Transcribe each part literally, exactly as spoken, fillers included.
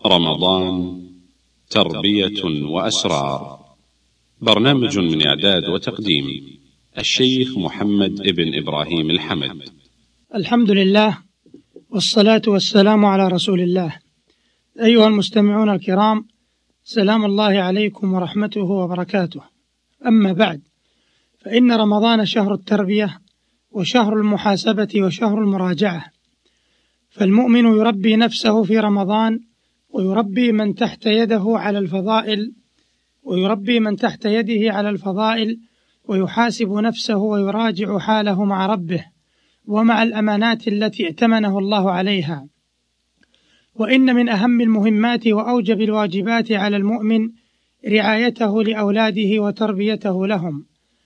رمضان تربية وأسرار. برنامج من إعداد وتقديم الشيخ محمد ابن إبراهيم الحمد. الحمد لله والصلاة والسلام على رسول الله. أيها المستمعون الكرام، سلام الله عليكم ورحمته وبركاته. أما بعد، فإن رمضان شهر التربية وشهر المحاسبة وشهر المراجعة، فالمؤمن يربي نفسه في رمضان ويربي من تحت يده على الفضائل ويربي من تحت يده على الفضائل ويحاسب نفسه ويراجع حاله مع ربه ومع الأمانات التي ائتمنه الله عليها. وإن من أهم المهمات وأوجب الواجبات على المؤمن رعايته لأولاده وتربيته لهم.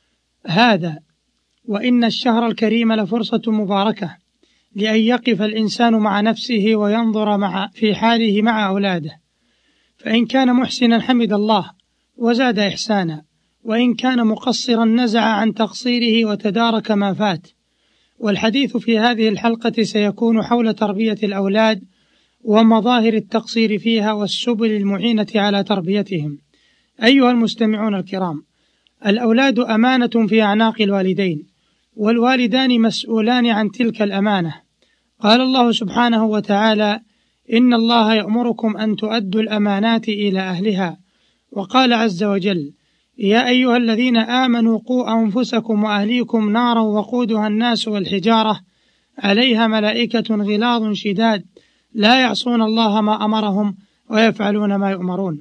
هذا وإن الشهر الكريم لفرصة مباركة لأن يقف الإنسان مع نفسه وينظر مع في حاله مع أولاده، فإن كان محسنا حمد الله وزاد إحسانا، وإن كان مقصرا نزع عن تقصيره وتدارك ما فات. والحديث في هذه الحلقة سيكون حول تربية الأولاد ومظاهر التقصير فيها والسبل المعينة على تربيتهم. أيها المستمعون الكرام، الأولاد أمانة في أعناق الوالدين، والوالدان مسؤولان عن تلك الأمانة. قال الله سبحانه وتعالى: إن الله يأمركم أن تؤدوا الأمانات إلى أهلها. وقال عز وجل: يا أيها الذين آمنوا قوا أنفسكم وأهليكم نارا وقودها الناس والحجارة عليها ملائكة غلاظ شداد لا يعصون الله ما أمرهم ويفعلون ما يؤمرون.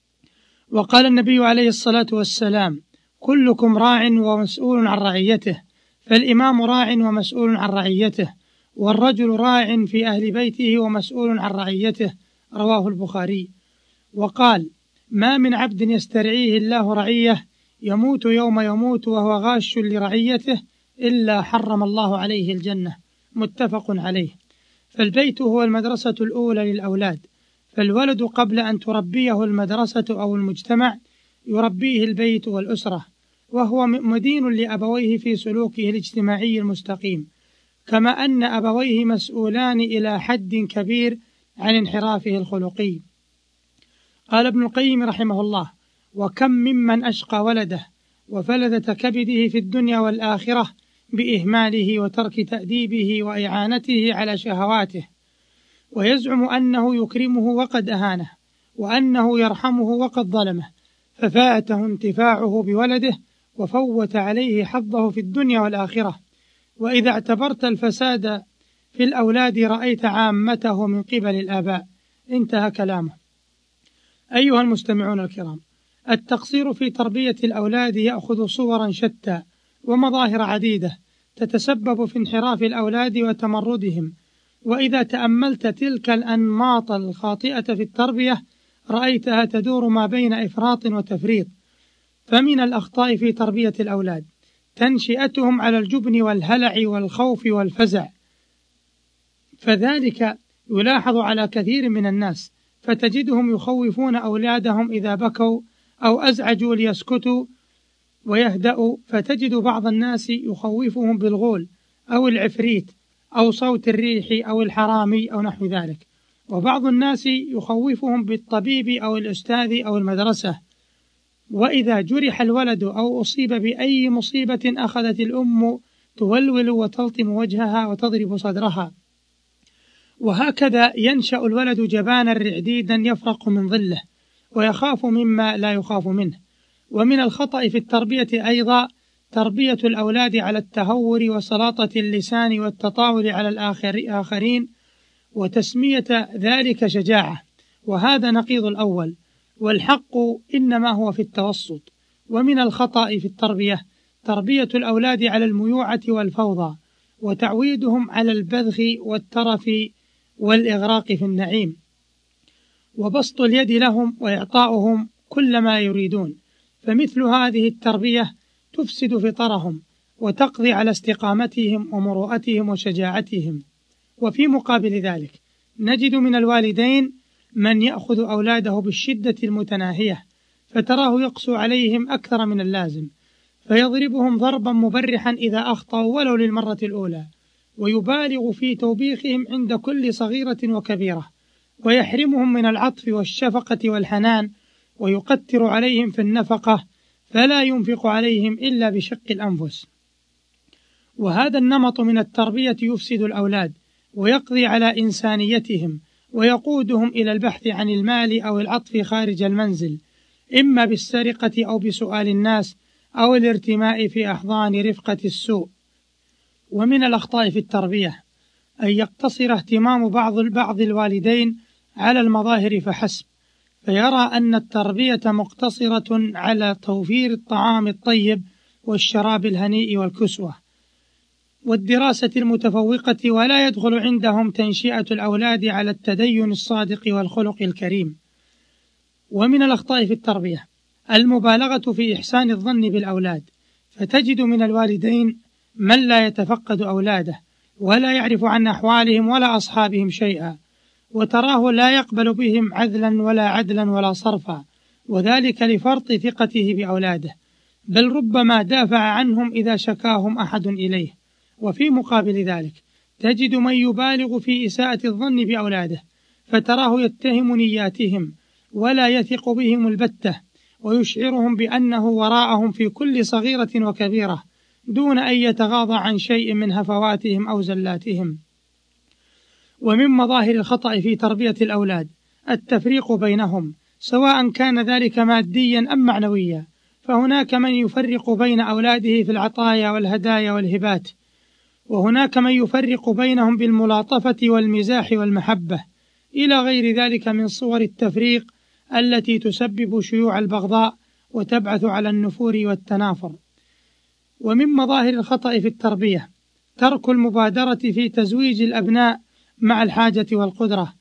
وقال النبي عليه الصلاة والسلام: كلكم راع ومسؤول عن رعيته، فالإمام راع ومسؤول عن رعيته، والرجل راع في أهل بيته ومسؤول عن رعيته. رواه البخاري. وقال: ما من عبد يسترعيه الله رعية يموت يوم يموت وهو غاش لرعيته إلا حرم الله عليه الجنة. متفق عليه. فالبيت هو المدرسة الأولى للأولاد، فالولد قبل أن تربيه المدرسة أو المجتمع يربيه البيت والأسرة، وهو مدين لأبويه في سلوكه الاجتماعي المستقيم، كما أن أبويه مسؤولان إلى حد كبير عن انحرافه الخلقي. قال ابن القيم رحمه الله: وكم ممن أشقى ولده وفلذة كبده في الدنيا والآخرة بإهماله وترك تأديبه وإعانته على شهواته، ويزعم أنه يكرمه وقد أهانه، وأنه يرحمه وقد ظلمه، ففاته انتفاعه بولده وفوت عليه حظه في الدنيا والآخرة. وإذا اعتبرت الفساد في الأولاد رأيت عامته من قبل الآباء. انتهى كلامه. أيها المستمعون الكرام، التقصير في تربية الأولاد يأخذ صورا شتى ومظاهر عديدة تتسبب في انحراف الأولاد وتمردهم. وإذا تأملت تلك الأنماط الخاطئة في التربية رأيتها تدور ما بين إفراط وتفريط. فمن الأخطاء في تربية الأولاد تنشئتهم على الجبن والهلع والخوف والفزع، فذلك يلاحظ على كثير من الناس، فتجدهم يخوفون أولادهم إذا بكوا أو أزعجوا ليسكتوا ويهدأوا، فتجد بعض الناس يخوفهم بالغول أو العفريت أو صوت الريح أو الحرامي أو نحو ذلك، وبعض الناس يخوفهم بالطبيب أو الأستاذ أو المدرسة. وإذا جرح الولد أو أصيب بأي مصيبة أخذت الأم تولول وتلطم وجهها وتضرب صدرها. وهكذا ينشأ الولد جبانا رعديدا يفرق من ظله ويخاف مما لا يخاف منه. ومن الخطأ في التربية أيضا تربية الأولاد على التهور وسلاطة اللسان والتطاول على الآخرين وتسمية ذلك شجاعة، وهذا نقيض الأول، والحق إنما هو في التوسط. ومن الخطأ في التربية تربية الأولاد على الميوعة والفوضى وتعويدهم على البذخ والترف والإغراق في النعيم، وبسط اليد لهم وإعطاؤهم كل ما يريدون. فمثل هذه التربية تفسد فطرهم وتقضي على استقامتهم ومروءتهم وشجاعتهم. وفي مقابل ذلك نجد من الوالدين من يأخذ أولاده بالشدة المتناهية، فتراه يقسو عليهم أكثر من اللازم، فيضربهم ضربا مبرحا إذا أخطأوا ولو للمرة الأولى، ويبالغ في توبيخهم عند كل صغيرة وكبيرة، ويحرمهم من العطف والشفقة والحنان، ويقتر عليهم في النفقة فلا ينفق عليهم إلا بشق الأنفس. وهذا النمط من التربية يفسد الأولاد ويقضي على إنسانيتهم، ويقودهم إلى البحث عن المال أو العطف خارج المنزل، إما بالسرقة أو بسؤال الناس أو الارتماء في أحضان رفقة السوء. ومن الأخطاء في التربية أن يقتصر اهتمام بعض بعض الوالدين على المظاهر فحسب، فيرى أن التربية مقتصرة على توفير الطعام الطيب والشراب الهنيء والكسوة والدراسة المتفوقة، ولا يدخل عندهم تنشئة الأولاد على التدين الصادق والخلق الكريم. ومن الأخطاء في التربية المبالغة في إحسان الظن بالأولاد، فتجد من الوالدين من لا يتفقد أولاده ولا يعرف عن أحوالهم ولا أصحابهم شيئا، وتراه لا يقبل بهم عدلا ولا عدلا ولا صرفا، وذلك لفرط ثقته بأولاده، بل ربما دافع عنهم إذا شكاهم أحد إليه. وفي مقابل ذلك تجد من يبالغ في إساءة الظن بأولاده، فتراه يتهم نياتهم ولا يثق بهم البتة، ويشعرهم بأنه وراءهم في كل صغيرة وكبيرة دون أن يتغاضى عن شيء من هفواتهم أو زلاتهم. ومن مظاهر الخطأ في تربية الأولاد التفريق بينهم، سواء كان ذلك ماديا أم معنويا، فهناك من يفرق بين أولاده في العطايا والهدايا والهبات، وهناك من يفرق بينهم بالملاطفة والمزاح والمحبة، إلى غير ذلك من صور التفريق التي تسبب شيوع البغضاء وتبعث على النفور والتنافر. ومن مظاهر الخطأ في التربية ترك المبادرة في تزويج الأبناء مع الحاجة والقدرة،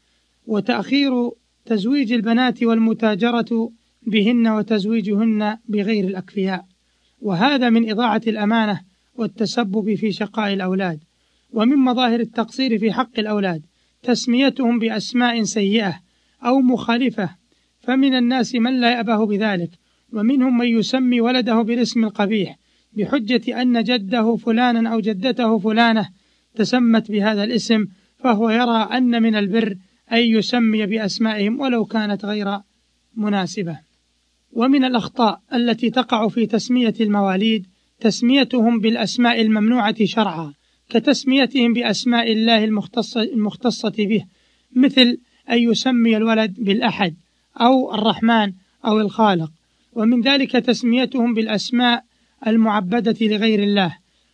وتأخير تزويج البنات والمتاجرة بهن وتزويجهن بغير الأكفياء، وهذا من إضاعة الأمانة والتسبب في شقاء الأولاد. ومن مظاهر التقصير في حق الأولاد تسميتهم بأسماء سيئة أو مخالفة، فمن الناس من لا يأبه بذلك، ومنهم من يسمي ولده بالاسم القبيح بحجة أن جده فلانا أو جدته فلانة تسمت بهذا الاسم، فهو يرى أن من البر أن يسمي بأسمائهم ولو كانت غير مناسبة. ومن الأخطاء التي تقع في تسمية المواليد تسميتهم بالأسماء الممنوعة شرعا، كتسميتهم بأسماء الله المختصة, المختصة به، مثل أن يسمي الولد بالأحد أو الرحمن أو الخالق. ومن ذلك تسميتهم بالأسماء المعبدة لغير الله،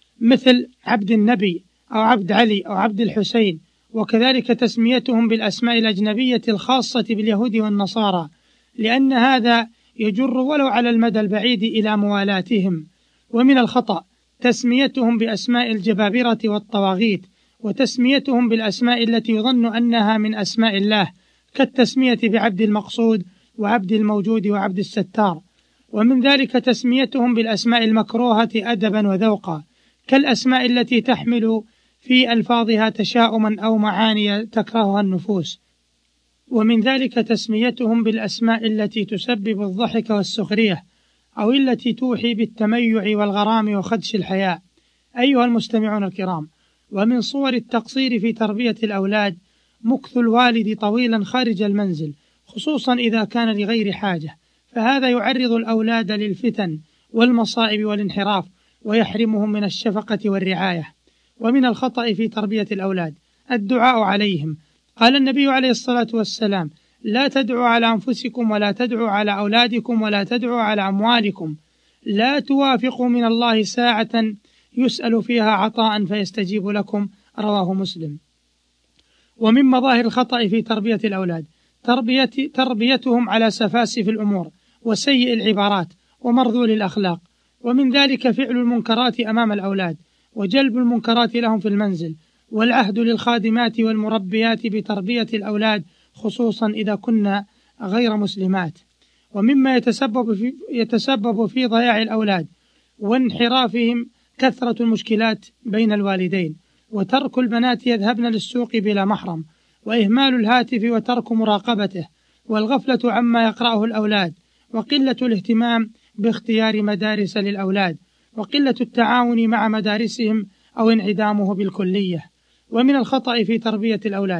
مثل عبد النبي أو عبد علي أو عبد الحسين. وكذلك تسميتهم بالأسماء الأجنبية الخاصة باليهود والنصارى، لأن هذا يجر ولو على المدى البعيد إلى موالاتهم. ومن الخطأ تسميتهم بأسماء الجبابرة والطواغيت، وتسميتهم بالأسماء التي يظن أنها من أسماء الله، كالتسمية بعبد المقصود وعبد الموجود وعبد الستار. ومن ذلك تسميتهم بالأسماء المكروهة أدبا وذوقا، كالأسماء التي تحمل في ألفاظها تشاؤما أو معاني تكرهها النفوس. ومن ذلك تسميتهم بالأسماء التي تسبب الضحك والسخرية، أو التي توحي بالتميع والغرام وخدش الحياء. أيها المستمعون الكرام، ومن صور التقصير في تربية الأولاد مكث الوالد طويلا خارج المنزل، خصوصا إذا كان لغير حاجة، فهذا يعرض الأولاد للفتن والمصائب والانحراف، ويحرمهم من الشفقة والرعاية. ومن الخطأ في تربية الأولاد الدعاء عليهم. قال النبي عليه الصلاة والسلام: لا تدعوا على أنفسكم ولا تدعوا على أولادكم ولا تدعوا على أموالكم، لا توافقوا من الله ساعة يسأل فيها عطاء فيستجيب لكم، رواه مسلم. ومن مظاهر الخطأ في تربية الأولاد تربية تربيتهم على سفاسف الأمور وسيء العبارات ومرذول الأخلاق، ومن ذلك فعل المنكرات أمام الأولاد، وجلب المنكرات لهم في المنزل، والعهد للخادمات والمربيات بتربية الأولاد، خصوصا إذا كنا غير مسلمات. ومما يتسبب في, يتسبب في ضياع الأولاد وانحرافهم كثرة المشكلات بين الوالدين، وترك البنات يذهبن للسوق بلا محرم، وإهمال الهاتف وترك مراقبته، والغفلة عما يقرأه الأولاد، وقلة الاهتمام باختيار مدارس للأولاد، وقلة التعاون مع مدارسهم أو انعدامه بالكلية. ومن الخطأ في تربية الأولاد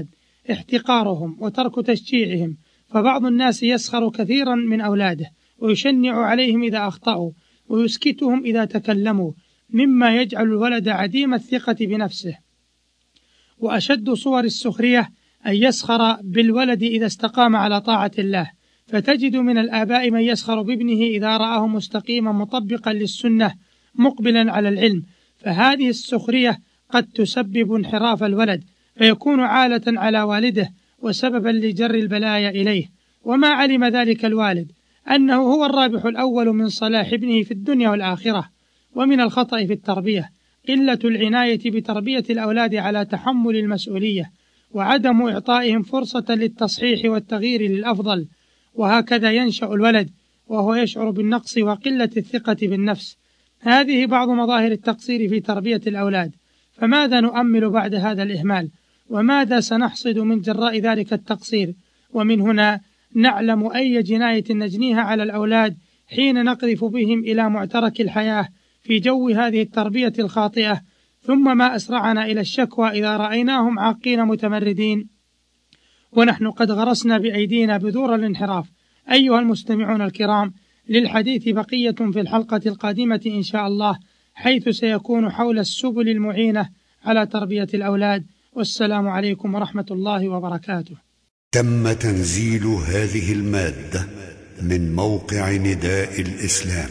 احتقارهم وترك تشجيعهم، فبعض الناس يسخر كثيرا من أولاده ويشنع عليهم إذا أخطأوا ويسكتهم إذا تكلموا، مما يجعل الولد عديم الثقة بنفسه. وأشد صور السخرية أن يسخر بالولد إذا استقام على طاعة الله، فتجد من الآباء من يسخر بابنه إذا رآه مستقيما مطبقا للسنة مقبلا على العلم، فهذه السخرية قد تسبب انحراف الولد فيكون عالة على والده وسببا لجر البلايا إليه. وما علم ذلك الوالد أنه هو الرابح الأول من صلاح ابنه في الدنيا والآخرة. ومن الخطأ في التربية قلة العناية بتربية الأولاد على تحمل المسؤولية، وعدم إعطائهم فرصة للتصحيح والتغيير للأفضل، وهكذا ينشأ الولد وهو يشعر بالنقص وقلة الثقة بالنفس. هذه بعض مظاهر التقصير في تربية الأولاد، فماذا نؤمل بعد هذا الإهمال؟ وماذا سنحصد من جراء ذلك التقصير؟ ومن هنا نعلم أي جناية نجنيها على الأولاد حين نقذف بهم إلى معترك الحياة في جو هذه التربية الخاطئة، ثم ما أسرعنا إلى الشكوى إذا رأيناهم عاقين متمردين ونحن قد غرسنا بأيدينا بذور الانحراف. أيها المستمعون الكرام، للحديث بقية في الحلقة القادمة إن شاء الله، حيث سيكون حول السبل المعينة على تربية الأولاد. والسلام عليكم ورحمة الله وبركاته. تم تنزيل هذه المادة من موقع نداء الإسلام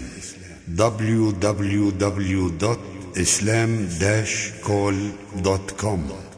دبليو دبليو دبليو دوت إسلام داش كول دوت كوم.